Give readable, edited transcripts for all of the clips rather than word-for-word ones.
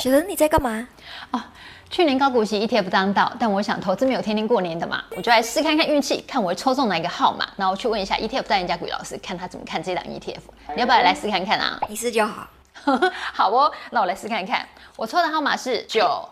雪人，你在干嘛？ 哦，去年高股息 ETF 当道，但我想投资没有天天过年的嘛，我就来试看看运气，看我会抽中哪一个号码。然后去问一下 ETF 代言家古雨老师，看他怎么看这档 ETF。你要不要来试看看啊？ 你试就好。 好哦，那我来试看看。我抽的号码是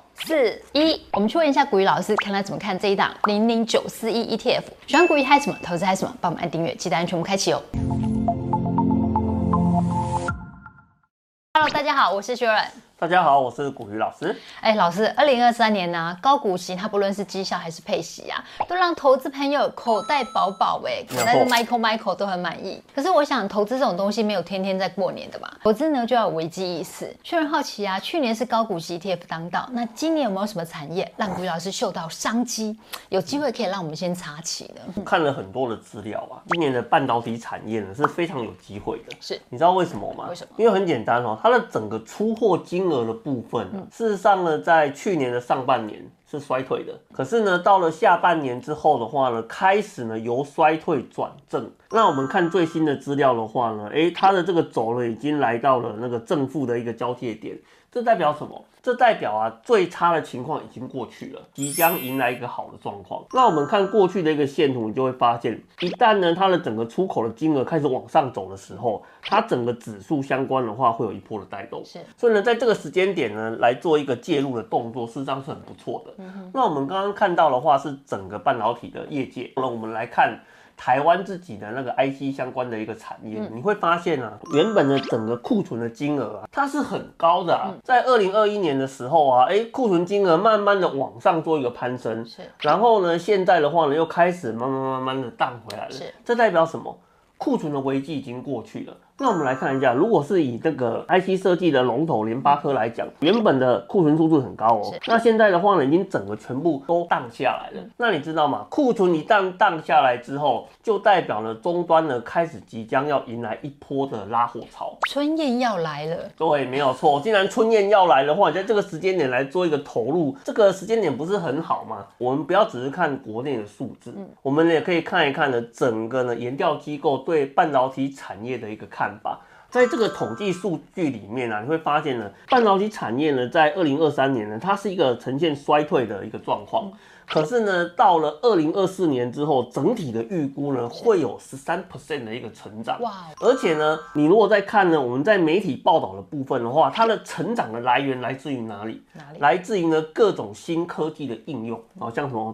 941。我们去问一下古雨老师，看他怎么看这一档00941 ETF。喜欢古雨嗨什么，投资嗨什么，帮我们按订阅，记得按全部开启哦。Hello， 大家好，我是雪软。 大家好，我是古雨老师。 老师，2023年呢，高股息它不论是绩效还是配息啊，都让投资朋友口袋饱饱口袋的 Michael 都很满意。可是我想，投资这种东西没有天天在过年的嘛，投资呢就要有危机意识。确认好奇啊，去年是高股息 ETF 当道，那今年有没有什么产业让古雨老师嗅到商机，有机会可以让我们先插旗呢？ 看了很多的资料啊，今年的半导体产业呢是非常有机会的。 是， 你知道为什么吗？ 为什么？ 因为很简单哦，它的整个出货金额的部分，事实上呢，在去年的上半年是衰退的，可是呢，到了下半年之后的话呢，开始呢由衰退转正。那我们看最新的资料的话呢，它的这个轴呢已经来到了那个正负的一个交界点，这代表什么？这代表啊，最差的情况已经过去了，即将迎来一个好的状况。那我们看过去的一个线图，你就会发现，一旦呢它的整个出口的金额开始往上走的时候，它整个指数相关的话会有一波的带动。 是， 所以呢，在这个时间点呢来做一个介入的动作，事实上是很不错的。那我们刚刚看到的话是整个半导体的业界，那我们来看台湾自己的那个 IC 相关的一个产业，你会发现啊，原本的整个库存的金额啊，它是很高的啊。在2021年的时候啊，库存金额慢慢的往上做一个攀升， 是。 然后呢，现在的话呢，又开始慢慢的荡回来了。 是。 这代表什么？库存的危机已经过去了。那我们来看一下，如果是以这个 IC 设计的龙头联发科来讲，原本的库存数字很高哦，那现在的话呢，已经整个全部都荡下来了。那你知道吗？库存一荡下来之后，就代表了终端呢开始即将要迎来一波的拉货潮， 春燕要来了。 对，没有错。既然春燕要来的话，你在这个时间点来做一个投入，这个时间点不是很好吗？我们不要只是看国内的数字，我们也可以看一看呢整个呢研调机构对半导体产业的一个看法。在这个统计数据里面啊，你会发现呢，半导体产业呢，在2023年呢，它是一个呈现衰退的一个状况。可是呢，到了2024年之后，整体的预估呢，会有13% 的一个成长。哇！而且呢，你如果在看呢，我们在媒体报道的部分的话，它的成长的来源来自于哪里？来自于呢各种新科技的应用啊，像什么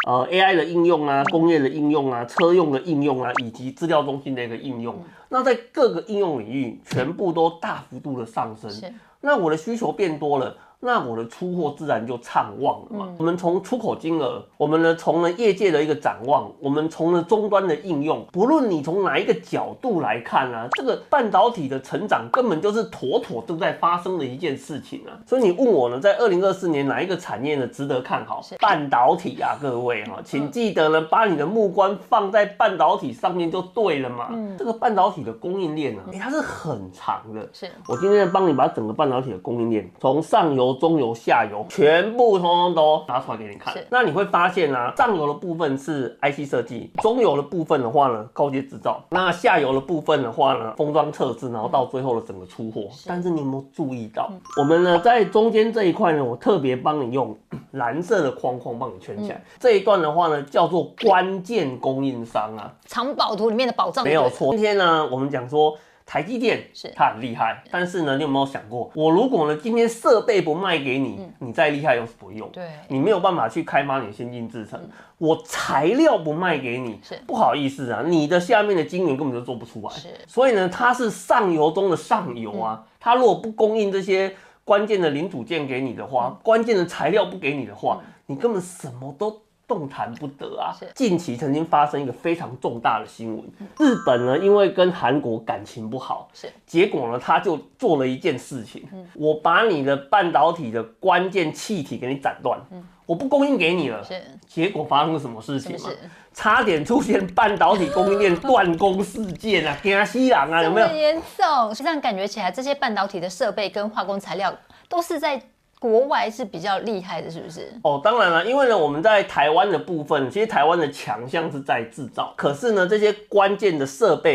AI 的应用啊，工业的应用啊，车用的应用啊，以及资料中心的一个应用。那在各个应用领域，全部都大幅度的上升。那我的需求变多了，那我的出货自然就畅旺了嘛。我们从出口金额，我们呢从呢业界的一个展望，我们从呢终端的应用，不论你从哪一个角度来看啊，这个半导体的成长根本就是妥妥正在发生的一件事情啊。所以你问我呢，在2024年哪一个产业呢值得看好？半导体啊，各位哈，请记得呢把你的目光放在半导体上面就对了嘛。这个半导体的供应链啊，它是很长的。是，我今天帮你把整个半导体的供应链从上游、中游、下游全部通通都拿出来给你看。那你会发现啊，上游的部分是 IC 设计，中游的部分的话呢，高阶制造，那下游的部分的话呢，封装测试，然后到最后的整个出货。但是你有没有注意到，我们呢在中间这一块呢，我特别帮你用蓝色的框框帮你圈起来。这一段的话呢，叫做关键供应商啊， 藏宝图里面的宝藏。 没有错。今天呢，我们讲说台积电它很厉害，但是呢，你有没有想过，我如果呢今天设备不卖给你，你再厉害有什么用？对，你没有办法去开发你的先进制程。我材料不卖给你，不好意思啊，你的下面的晶圆根本就做不出来。所以呢，它是上游中的上游啊，它如果不供应这些关键的零组件给你的话，关键的材料不给你的话，你根本什么都动弹不得啊！近期曾经发生一个非常重大的新闻，日本呢因为跟韩国感情不好，结果呢他就做了一件事情，我把你的半导体的关键气体给你斩断，我不供应给你了。结果发生了什么事情吗？差点出现半导体供应链断供事件啊，惊死人啊！有没有？ 这么严重？实际上感觉起来，这些半导体的设备跟化工材料都是在国外是比较厉害的，是不是？ 哦，当然了，因为呢，我们在台湾的部分，其实台湾的强项是在制造，可是呢，这些关键的设备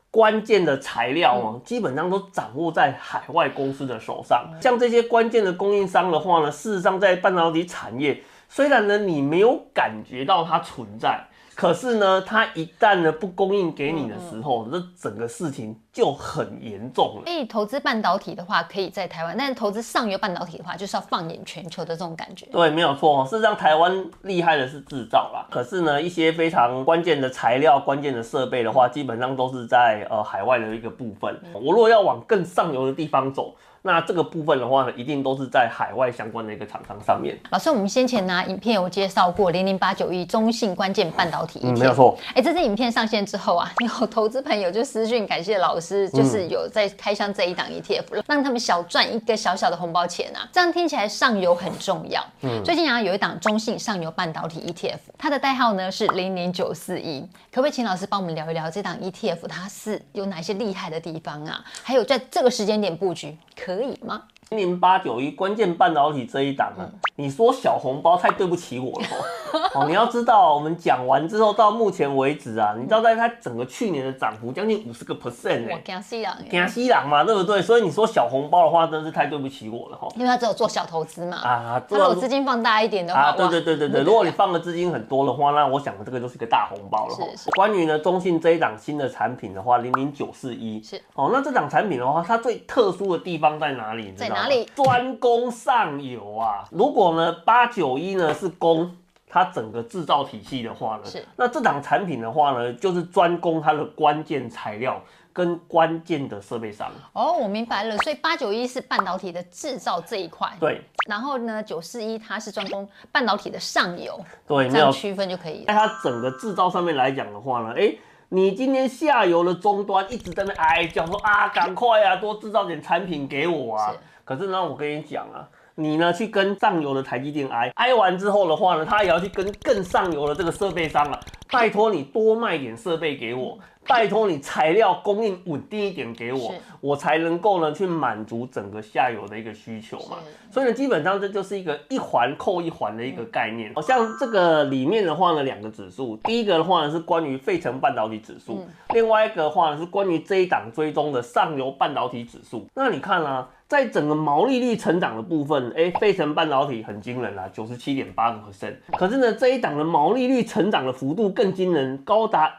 关键的材料基本上都掌握在海外公司的手上。像这些关键的供应商的话呢，事实上在半导体产业，虽然呢你没有感觉到它存在，可是呢，它一旦呢不供应给你的时候，这整个事情就很严重了。 所以投资半导体的话，可以在台湾，但是投资上游半导体的话，就是要放眼全球的这种感觉。 对，没有错。事实上，台湾厉害的是制造啦，可是呢，一些非常关键的材料、关键的设备的话，基本上都是在海外的一个部分。我如果要往更上游的地方走，那这个部分的话呢，一定都是在海外相关的一个厂商上面。 老师，我们先前呢影片有介绍过00891中信关键半导体ETF， 没有错。 这支影片上线之后啊，有投资朋友就私讯感谢老师，就是有在开箱这一档 ETF，让他们小赚一个小小的红包钱啊。这样听起来上游很重要。最近啊有一档中信上游半导体 ETF， 它的代号呢是00941，可不可以请老师帮我们聊一聊这档 ETF 它是有哪些厉害的地方啊？还有在这个时间点布局可以吗 ？00891关键半导体这一档啊，你说小红包太对不起我了哦。你要知道，我们讲完之后到目前为止啊，你知道在它整个去年的涨幅将近50% 我惊死人， 惊死人嘛，对不对？所以你说小红包的话，真是太对不起我了哈。 因为他只有做小投资嘛， 啊， 他如果资金放大一点的话， 啊，对，如果你放的资金很多的话，那我想这个就是一个大红包了。 是。 关于呢中信这一档新的产品的话，00941 是那这档产品的话，它最特殊的地方在哪里？你知道吗？ 在哪里？ 专攻上游啊！如果呢891呢是攻它整个制造体系的话呢，那这档产品的话呢，就是专攻它的关键材料跟关键的设备商。 哦，我明白了，所以891是半导体的制造这一块， 对。 然后呢，941它是专攻半导体的上游， 对， 这样区分就可以了。 在它整个制造上面来讲的话呢，你今天下游的终端一直在那哀叫说啊，赶快啊，多制造点产品给我啊。可是呢，我跟你讲啊，你呢去跟上游的台积电哀完之后的话呢，他也要去跟更上游的这个设备商啊，拜托你多卖点设备给我，拜托你材料供应稳定一点给我，我才能够呢去满足整个下游的一个需求嘛。所以呢，基本上这就是一个一环扣一环的一个概念。像这个里面的话呢，2个指数，第一个的话呢是关于费城半导体指数，另外一个的话呢是关于这一档追踪的上游半导体指数。那你看啊，在整个毛利率成长的部分，费城半导体很惊人啦，97.8%。可是呢，这一档的毛利率成长的幅度更惊人，高达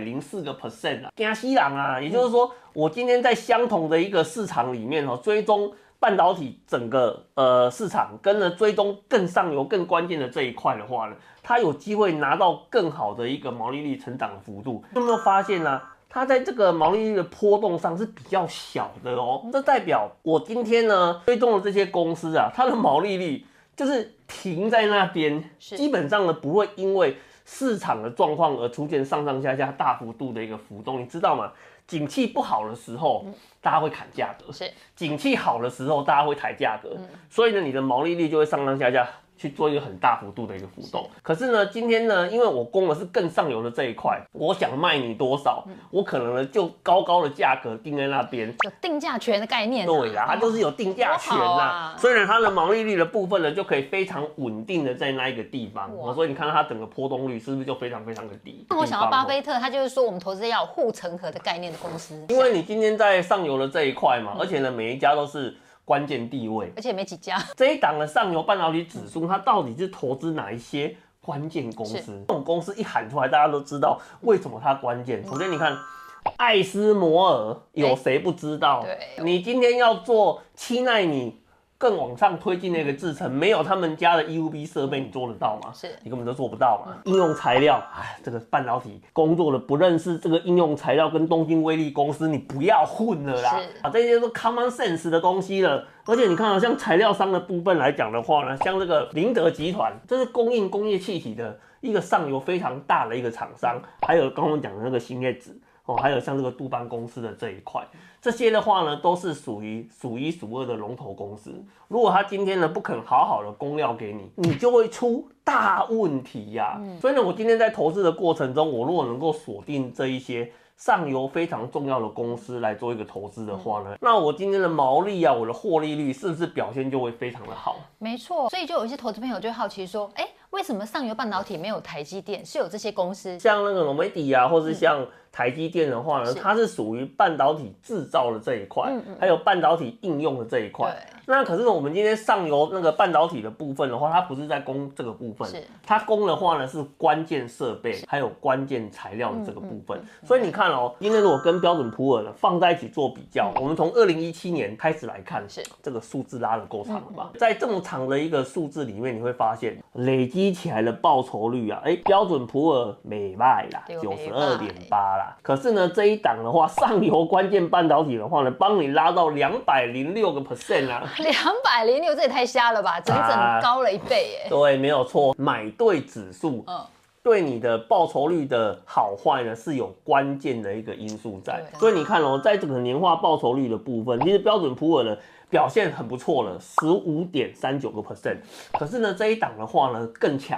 104%啊，惊死人啊！也就是说，我今天在相同的一个市场里面追踪半导体整个市场，跟呢追踪更上游、更关键的这一块的话呢，它有机会拿到更好的一个毛利率成长的幅度。有没有发现呢？它在这个毛利率的波动上是比较小的哦，这代表我今天呢追踪的这些公司啊，它的毛利率就是停在那边，基本上呢不会因为市场的状况而出现上上下下大幅度的一个浮动，你知道吗？景气不好的时候，大家会砍价格；景气好的时候，大家会抬价格。所以呢，你的毛利率就会上上下下去做一个很大幅度的一个浮动。可是呢，今天呢，因为我攻的是更上游的这一块，我想卖你多少，我可能呢就高高的价格定在那边， 有定价权的概念。 对啦，它就是有定价权啦。所以呢，它的毛利率的部分呢，就可以非常稳定的在那一个地方。所以你看到它整个波动率是不是就非常非常的低？ 那我想到巴菲特，他就是说我们投资要有护城河的概念的公司， 因为你今天在上游的这一块嘛，而且呢，每一家都是关键地位， 而且没几家。 这一档的上游半导体指数，它到底是投资哪一些关键公司？这种公司一喊出来，大家都知道为什么它关键。首先，你看艾斯摩尔，有谁不知道？你今天要做7奈米更往上推进的一个制程，没有他们家的 EUV 设备，你做得到吗？你根本都做不到嘛。应用材料，这个半导体工作的不认识这个应用材料跟东京威力公司，你不要混了啦！这些都 common sense 的东西了。而且你看像材料商的部分来讲的话呢，像这个林德集团，这是供应工业气体的一个上游非常大的一个厂商，还有刚刚讲的那个兴业子。还有像这个杜邦公司的这一块，这些的话呢，都是属于数一数二的龙头公司。如果他今天呢不肯好好的供料给你，你就会出大问题呀。所以呢，我今天在投资的过程中，我如果能够锁定这一些上游非常重要的公司来做一个投资的话呢，那我今天的毛利啊，我的获利率是不是表现就会非常的好？ 没错，所以就有一些投资朋友就会好奇说， 为什么上游半导体没有台积电，是有这些公司？ 像那个罗美底啊，或是像台积电的话呢，它是属于半导体制造的这一块，还有半导体应用的这一块。那可是我们今天上游那个半导体的部分的话，它不是在供这个部分，它供的话呢是关键设备还有关键材料的这个部分。所以你看哦，今天如果跟标准普尔呢放在一起做比较，我们从2017年开始来看，这个数字拉得够长了吧？在这么长的一个数字里面，你会发现累积起来的报酬率啊，标准普尔美败啦，92.8啦。可是呢，这一档的话，上游关键半导体的话呢，帮你拉到206% 啊。 206，这也太瞎了吧，整高了1倍耶。 对，没有错，买对指数，对你的报酬率的好坏呢是有关键的一个因素在。所以你看哦，在这个年化报酬率的部分，其实标准普尔的表现很不错了，15.39%。可是呢，这一档的话呢更强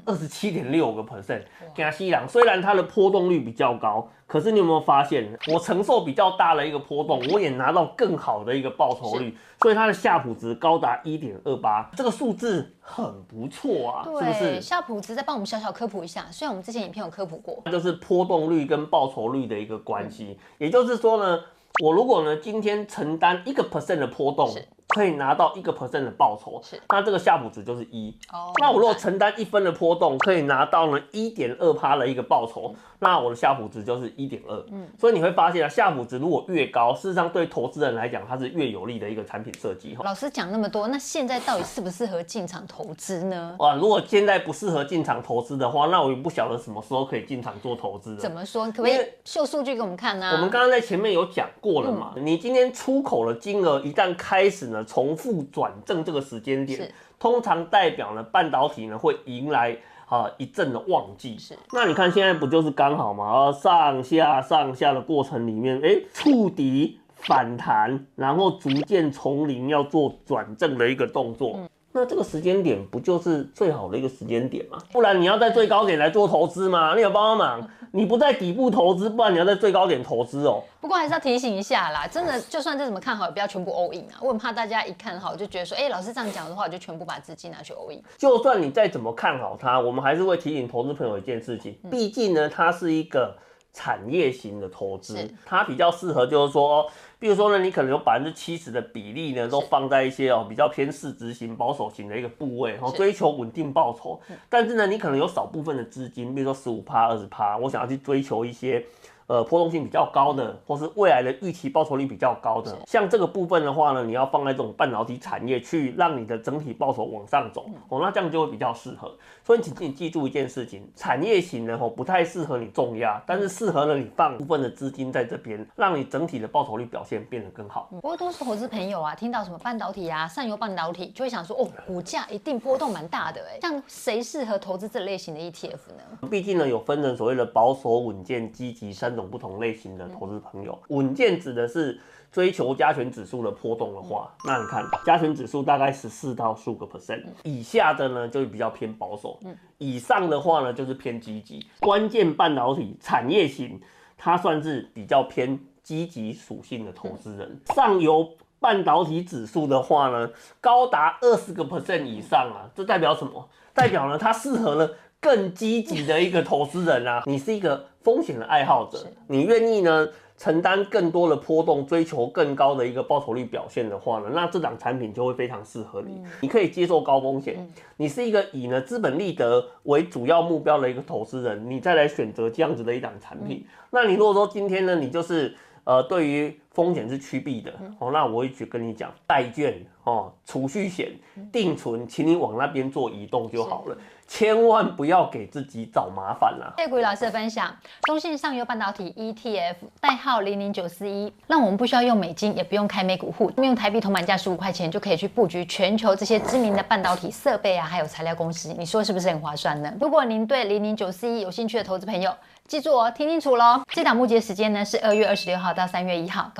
，27.65%。加西朗虽然它的波动率比较高，可是你有没有发现，我承受比较大的一个波动，我也拿到更好的一个报酬率，所以它的夏普值高达1.28，这个数字很不错啊，是不是？ 夏普值再帮我们小小科普一下，虽然我们之前影片有科普过， 它就是波动率跟报酬率的一个关系。也就是说呢，我如果呢今天承担1% 的波动，可以拿到1% 的报酬，那这个夏普值就是1。那我如果承担1分的波动，可以拿到呢1.2%的一个报酬，那我的夏普值就是1.2。所以你会发现啊，夏普值如果越高，事实上对投资人来讲，它是越有利的一个产品设计。 老师讲那么多，那现在到底适不适合进场投资呢？ 哇，如果现在不适合进场投资的话，那我也不晓得什么时候可以进场做投资了。 怎么说？可不可以秀数据给我们看呢？ 我们刚刚在前面有讲过了嘛，你今天出口的金额一旦开始呢重复转正这个时间点，通常代表呢半导体呢会迎来一阵的旺季。那你看现在不就是刚好嘛？上下的过程里面，触底反弹，然后逐渐从零要做转正的一个动作。那这个时间点不就是最好的一个时间点吗？不然你要在最高点来做投资吗？你有帮忙？你不在底部投资，不然你要在最高点投资哦。 不过还是要提醒一下啦，真的就算再怎么看好，也不要全部 all in 啊。我很怕大家一看好就觉得说，老师这样讲的话，我就全部把资金拿去 all in。 就算你再怎么看好它，我们还是会提醒投资朋友一件事情，毕竟呢，它是一个产业型的投资，它比较适合就是说，比如说呢，你可能有70%的比例呢，都放在一些比较偏市值型、保守型的一个部位，追求稳定报酬。但是呢，你可能有少部分的资金，比如说15%、20%，我想要去追求一些波动性比较高的，或是未来的预期报酬率比较高的，像这个部分的话呢，你要放在这种半导体产业去让你的整体报酬往上走，那这样就会比较适合。所以请你记住一件事情，产业型的不太适合你重压，但是适合了你放部分的资金在这边，让你整体的报酬率表现变得更好。 不过多数投资朋友啊，听到什么半导体啊、上游半导体，就会想说，股价一定波动蛮大的像谁适合投资这类型的 ETF 呢？ 毕竟呢，有分成所谓的保守、稳健、积极3种不同类型的投资朋友。稳健指的是追求加权指数的波动的话，那你看加权指数大概14到15%，以下的呢就比较偏保守，以上的话呢就是偏积极。关键半导体产业型，它算是比较偏积极属性的投资人。上游半导体指数的话呢，高达20% 以上啊，这代表什么？代表呢它适合了更积极的一个投资人啊。你是一个风险的爱好者，你愿意呢承担更多的波动，追求更高的一个报酬率表现的话呢，那这档产品就会非常适合你。你可以接受高风险，你是一个以呢资本利得为主要目标的一个投资人，你再来选择这样子的一档产品。那你如果说今天呢，你就是对于风险是趋避的那我会去跟你讲，债券储蓄险、定存，请你往那边做移动就好了。千万不要给自己找麻烦啦！ 谢谢股鱼老师的分享。中信上游半导体 ETF 代号00941，让我们不需要用美金，也不用开美股户，用台币铜板价15块钱就可以去布局全球这些知名的半导体设备啊，还有材料公司。你说是不是很划算呢？如果您对00941有兴趣的投资朋友，记住听清楚咯。这档募集的时间呢是2月26号到3月1号，赶快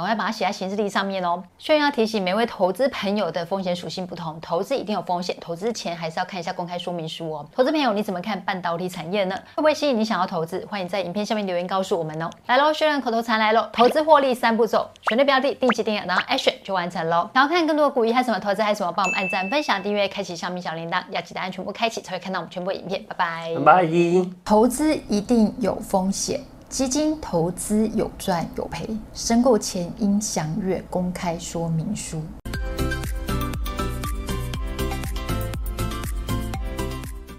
赶快把它写在行事历上面哦。炫耀提醒每位投资朋友的风险属性不同，投资一定有风险，投资前还是要看一下公开说明书哦。投资朋友，你怎么看半导体产业呢？会不会吸引你想要投资？欢迎在影片下面留言告诉我们哦。来喽，轩然口头禅来喽，投资获利3步骤：选对标的，定期定额，然后 action 就完成喽。想要看更多的股益还有什么投资还有什么，帮我们按赞、分享、订阅、开启小米小铃铛，要记得按全部开启才会看到我们全部影片。拜拜。 拜拜。 投资一定有风险，基金投资有赚有赔，申购前应详阅公开说明书。